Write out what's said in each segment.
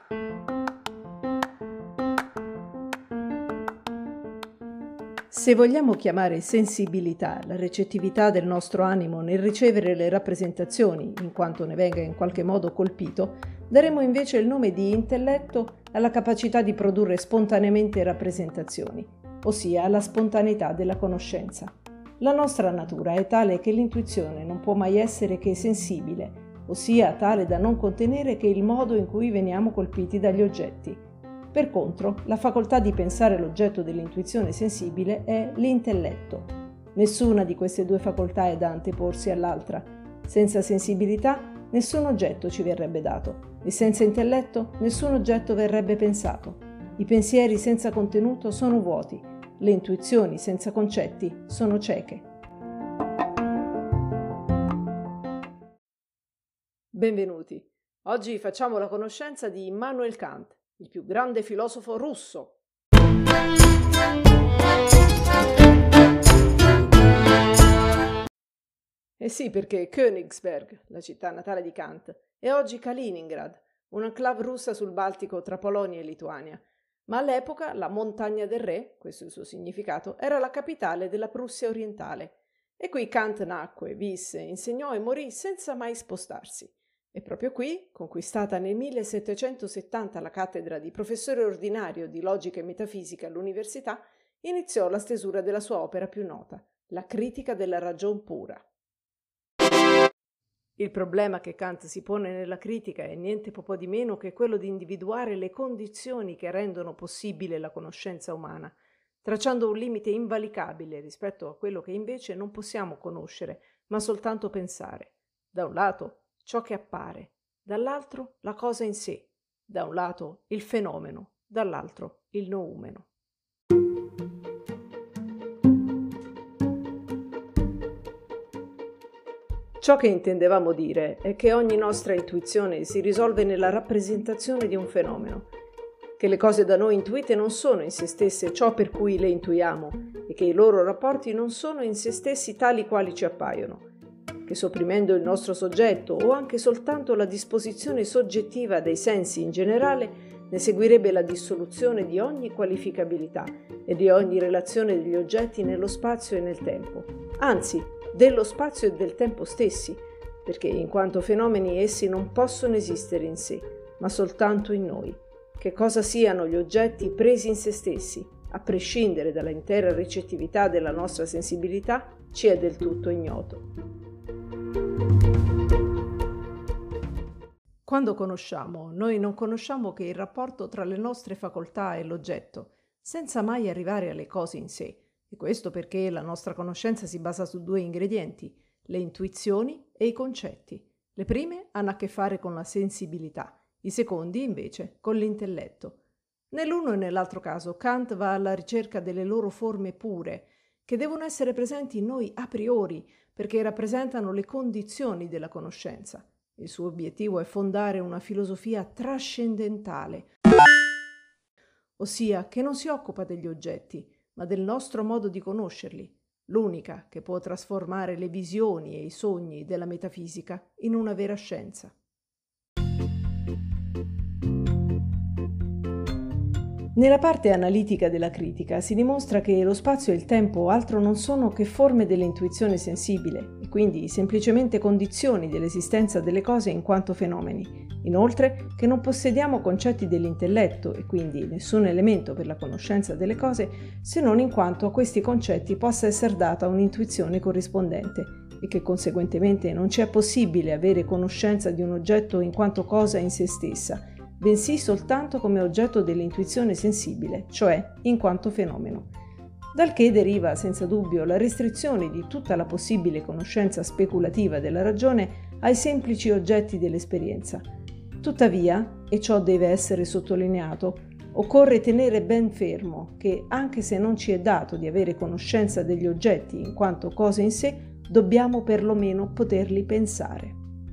Se vogliamo chiamare sensibilità la recettività del nostro animo nel ricevere le rappresentazioni, in quanto ne venga in qualche modo colpito, daremo invece il nome di intelletto alla capacità di produrre spontaneamente rappresentazioni, ossia alla spontaneità della conoscenza. La nostra natura è tale che l'intuizione non può mai essere che sensibile, ossia tale da non contenere che il modo in cui veniamo colpiti dagli oggetti. Per contro, la facoltà di pensare l'oggetto dell'intuizione sensibile è l'intelletto. Nessuna di queste due facoltà è da anteporsi all'altra. Senza sensibilità, nessun oggetto ci verrebbe dato, e senza intelletto, nessun oggetto verrebbe pensato. I pensieri senza contenuto sono vuoti, le intuizioni senza concetti sono cieche. Benvenuti. Oggi facciamo la conoscenza di Immanuel Kant, il più grande filosofo russo. Eh sì, perché Königsberg, la città natale di Kant, è oggi Kaliningrad, un'enclave russa sul Baltico tra Polonia e Lituania. Ma all'epoca la Montagna del Re, questo è il suo significato, era la capitale della Prussia orientale. E qui Kant nacque, visse, insegnò e morì senza mai spostarsi. E proprio qui, conquistata nel 1770 la cattedra di professore ordinario di logica e metafisica all'università, iniziò la stesura della sua opera più nota, La critica della ragion pura. Il problema che Kant si pone nella critica è niente po' di meno che quello di individuare le condizioni che rendono possibile la conoscenza umana, tracciando un limite invalicabile rispetto a quello che invece non possiamo conoscere, ma soltanto pensare. Da un lato, ciò che appare, dall'altro la cosa in sé, da un lato il fenomeno, dall'altro il noumeno. Ciò che intendevamo dire è che ogni nostra intuizione si risolve nella rappresentazione di un fenomeno, che le cose da noi intuite non sono in se stesse ciò per cui le intuiamo e che i loro rapporti non sono in se stessi tali quali ci appaiono, che sopprimendo il nostro soggetto o anche soltanto la disposizione soggettiva dei sensi in generale, ne seguirebbe la dissoluzione di ogni qualificabilità e di ogni relazione degli oggetti nello spazio e nel tempo, anzi dello spazio e del tempo stessi, perché in quanto fenomeni essi non possono esistere in sé, ma soltanto in noi. Che cosa siano gli oggetti presi in se stessi, a prescindere dalla intera ricettività della nostra sensibilità, ci è del tutto ignoto. Quando conosciamo, noi non conosciamo che il rapporto tra le nostre facoltà e l'oggetto, senza mai arrivare alle cose in sé. E questo perché la nostra conoscenza si basa su due ingredienti, le intuizioni e i concetti. Le prime hanno a che fare con la sensibilità, i secondi invece con l'intelletto. Nell'uno e nell'altro caso Kant va alla ricerca delle loro forme pure, che devono essere presenti in noi a priori, perché rappresentano le condizioni della conoscenza. Il suo obiettivo è fondare una filosofia trascendentale, ossia che non si occupa degli oggetti, ma del nostro modo di conoscerli, l'unica che può trasformare le visioni e i sogni della metafisica in una vera scienza. Nella parte analitica della critica si dimostra che lo spazio e il tempo altro non sono che forme dell'intuizione sensibile e quindi semplicemente condizioni dell'esistenza delle cose in quanto fenomeni. Inoltre che non possediamo concetti dell'intelletto e quindi nessun elemento per la conoscenza delle cose se non in quanto a questi concetti possa essere data un'intuizione corrispondente e che conseguentemente non ci è possibile avere conoscenza di un oggetto in quanto cosa in se stessa, bensì soltanto come oggetto dell'intuizione sensibile, cioè in quanto fenomeno. Dal che deriva senza dubbio la restrizione di tutta la possibile conoscenza speculativa della ragione ai semplici oggetti dell'esperienza. Tuttavia, e ciò deve essere sottolineato, occorre tenere ben fermo che, anche se non ci è dato di avere conoscenza degli oggetti in quanto cose in sé, dobbiamo perlomeno poterli pensare.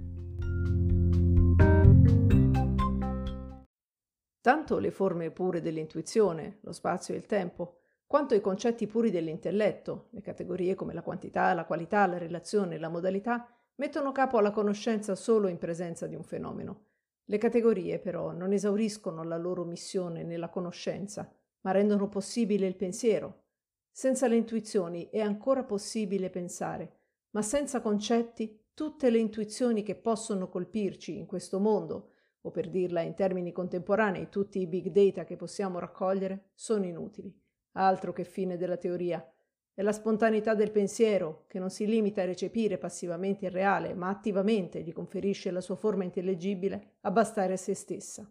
Tanto le forme pure dell'intuizione, lo spazio e il tempo, quanto i concetti puri dell'intelletto, le categorie come la quantità, la qualità, la relazione e la modalità, mettono capo alla conoscenza solo in presenza di un fenomeno. Le categorie, però, non esauriscono la loro missione nella conoscenza, ma rendono possibile il pensiero. Senza le intuizioni è ancora possibile pensare, ma senza concetti tutte le intuizioni che possono colpirci in questo mondo, o per dirla in termini contemporanei, tutti i big data che possiamo raccogliere, sono inutili. Altro che fine della teoria. È la spontaneità del pensiero, che non si limita a recepire passivamente il reale, ma attivamente gli conferisce la sua forma intellegibile, a bastare a se stessa.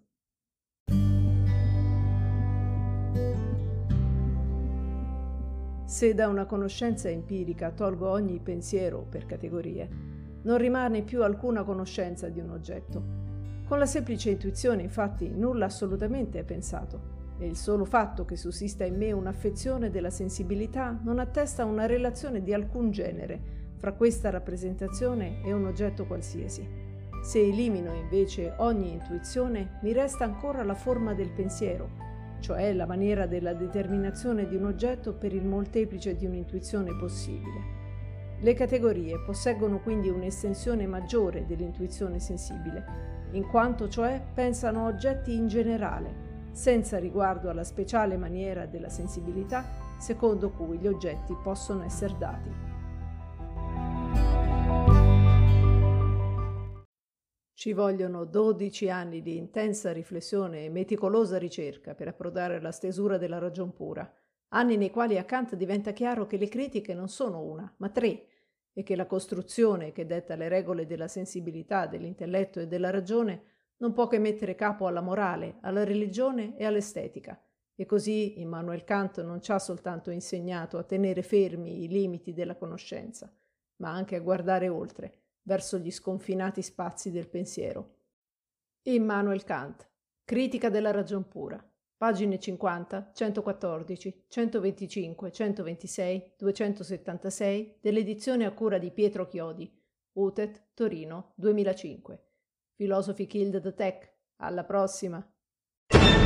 Se da una conoscenza empirica tolgo ogni pensiero per categorie, non rimane più alcuna conoscenza di un oggetto. Con la semplice intuizione, infatti, nulla assolutamente è pensato, e il solo fatto che sussista in me un'affezione della sensibilità non attesta una relazione di alcun genere fra questa rappresentazione e un oggetto qualsiasi. Se elimino invece ogni intuizione, mi resta ancora la forma del pensiero, cioè la maniera della determinazione di un oggetto per il molteplice di un'intuizione possibile. Le categorie posseggono quindi un'estensione maggiore dell'intuizione sensibile, in quanto cioè pensano a oggetti in generale, senza riguardo alla speciale maniera della sensibilità secondo cui gli oggetti possono essere dati. Ci vogliono 12 anni di intensa riflessione e meticolosa ricerca per approdare alla stesura della ragion pura, anni nei quali a Kant diventa chiaro che le critiche non sono una, ma tre, e che la costruzione che detta le regole della sensibilità, dell'intelletto e della ragione non può che mettere capo alla morale, alla religione e all'estetica. E così Immanuel Kant non ci ha soltanto insegnato a tenere fermi i limiti della conoscenza, ma anche a guardare oltre, verso gli sconfinati spazi del pensiero. Immanuel Kant, Critica della ragion pura, pagine 50, 114, 125, 126, 276 dell'edizione a cura di Pietro Chiodi, UTET, Torino, 2005. Philosophy Killed the Tech. Alla prossima!